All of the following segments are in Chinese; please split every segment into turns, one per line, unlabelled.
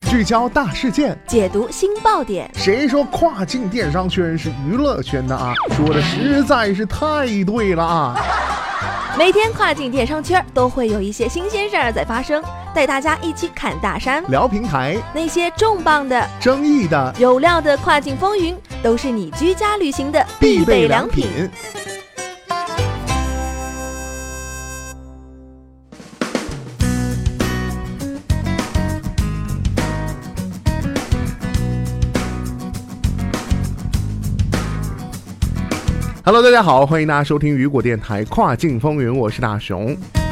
聚焦大事件，
解读新爆点。
谁说跨境电商圈是娱乐圈的啊？说的实在是太对了啊！
每天跨境电商圈都会有一些新鲜事儿在发生，带大家一起看大山，
聊平台，
那些重磅的、
争议的、
有料的跨境风云，都是你居家旅行的必备良品。
Hello， 大家好，欢迎大家收听雨果电台跨境风云，我是大熊。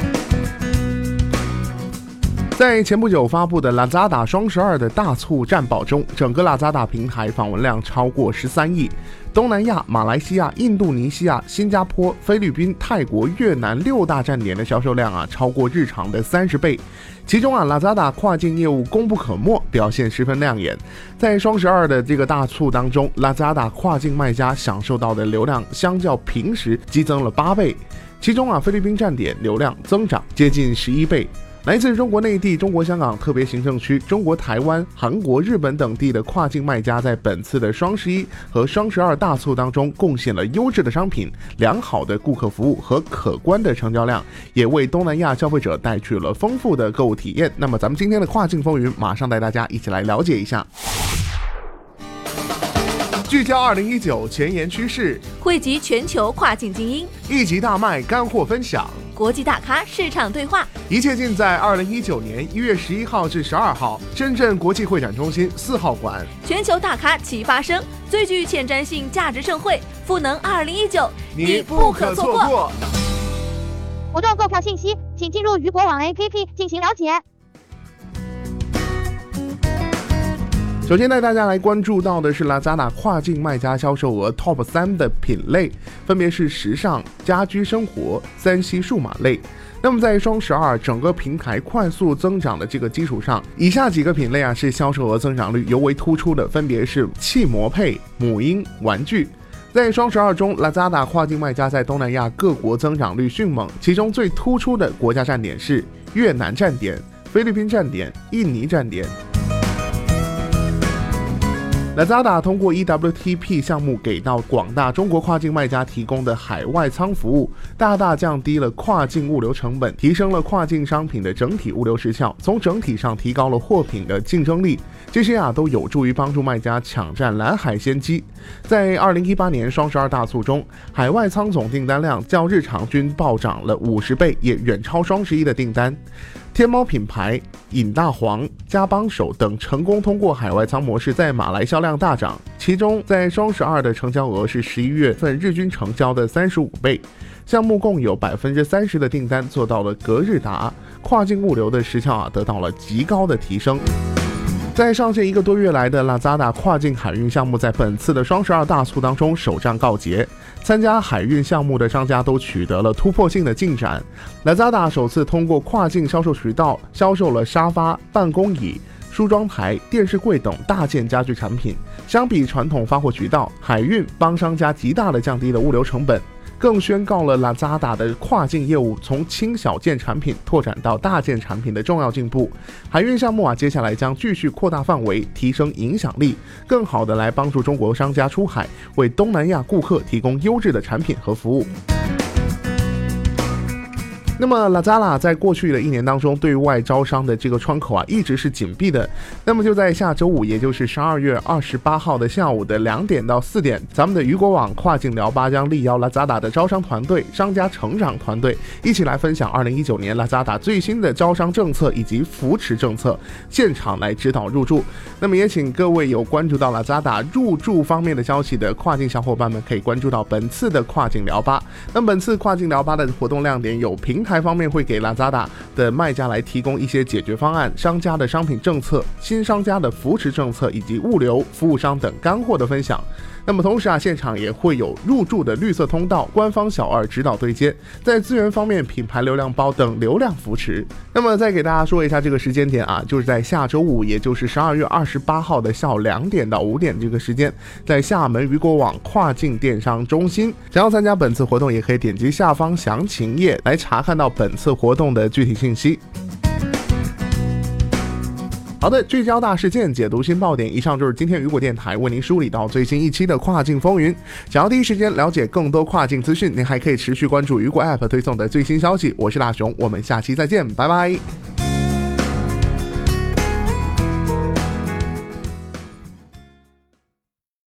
在前不久发布的 Lazada 双12的大促战报中，整个 Lazada 平台访问量超过13亿，东南亚、马来西亚、印度尼西亚、新加坡、菲律宾、泰国、越南6大站点的销售量超过日常的30倍。其中Lazada 跨境业务功不可没，表现十分亮眼。在双12的这个大促当中， Lazada 跨境卖家享受到的流量相较平时激增了8倍，其中菲律宾站点流量增长接近11倍。来自中国内地、中国香港特别行政区、中国台湾、韩国、日本等地的跨境卖家，在本次的双11和双12大促当中，贡献了优质的商品、良好的顾客服务和可观的成交量，也为东南亚消费者带去了丰富的购物体验。那么咱们今天的跨境风云，马上带大家一起来了解一下。聚焦2019前沿趋势，
汇集全球跨境精英，
一集大卖干货分享，
国际大咖市场对话，
一切尽在2019年1月11号至12号深圳国际会展中心4号馆。
全球大咖齐发声，最具前瞻性价值盛会赋能2019，你不可错过。
活动购票信息，请进入雨果网 APP 进行了解。
首先带大家来关注到的是 Lazada 跨境卖家销售额 Top 3的品类，分别是时尚、家居生活、3C 数码类。那么在双12整个平台快速增长的这个基础上，以下几个品类是销售额增长率尤为突出的，分别是汽模配、母婴、玩具。在双12中， Lazada 跨境卖家在东南亚各国增长率迅猛，其中最突出的国家站点是越南站点、菲律宾站点、印尼站点。Lazada 通过 EWTP 项目给到广大中国跨境卖家提供的海外仓服务，大大降低了跨境物流成本，提升了跨境商品的整体物流时效，从整体上提高了货品的竞争力。这些都有助于帮助卖家抢占蓝海先机。在2018年双12大促中，海外仓总订单量较日常均暴涨了50倍，也远超双11的订单。天猫品牌尹大黄、家帮手等成功通过海外仓模式，在马来销量大涨，其中在双12的成交额是11月份日均成交的35倍，项目共有 30% 的订单做到了隔日达，跨境物流的时效得到了极高的提升。在上线1个多月来的 Lazada 跨境海运项目，在本次的双12大促当中首战告捷，参加海运项目的商家都取得了突破性的进展。Lazada 首次通过跨境销售渠道销售了沙发、办公椅、梳妆台、电视柜等大件家具产品，相比传统发货渠道，海运帮商家极大的降低了物流成本，更宣告了 Lazada 的跨境业务从轻小件产品拓展到大件产品的重要进步。海运项目接下来将继续扩大范围，提升影响力，更好的来帮助中国商家出海，为东南亚顾客提供优质的产品和服务。那么 Lazada 在过去的1年当中，对外招商的这个窗口一直是紧闭的。那么就在下周五，也就是12月28号的下午的2点到4点，咱们的雨果网跨境聊吧将力邀 Lazada 的招商团队、商家成长团队一起来分享2019年 Lazada 最新的招商政策以及扶持政策，现场来指导入驻。那么也请各位有关注到 Lazada 入驻方面的消息的跨境小伙伴们，可以关注到本次的跨境聊吧。那么本次跨境聊吧的活动亮点有平台方面会给 Lazada 的卖家来提供一些解决方案，商家的商品政策、新商家的扶持政策以及物流、服务商等干货的分享。那么同时现场也会有入驻的绿色通道、官方小二指导对接，在资源方面品牌流量包等流量扶持。那么再给大家说一下这个时间点就是在下周五，也就是12月28号的下午2点到5点这个时间，在厦门雨果网跨境电商中心。想要参加本次活动，也可以点击下方详情页来查看到本次活动的具体信息。 好的，聚焦大事件，解读新爆点，以上就是今天雨果电台为您梳理到最新一期的跨境风云。想要第一时间了解更多跨境资讯，您还可以持续关注雨果 App 推送的最新消息。我是大熊，我们下期再见，拜拜。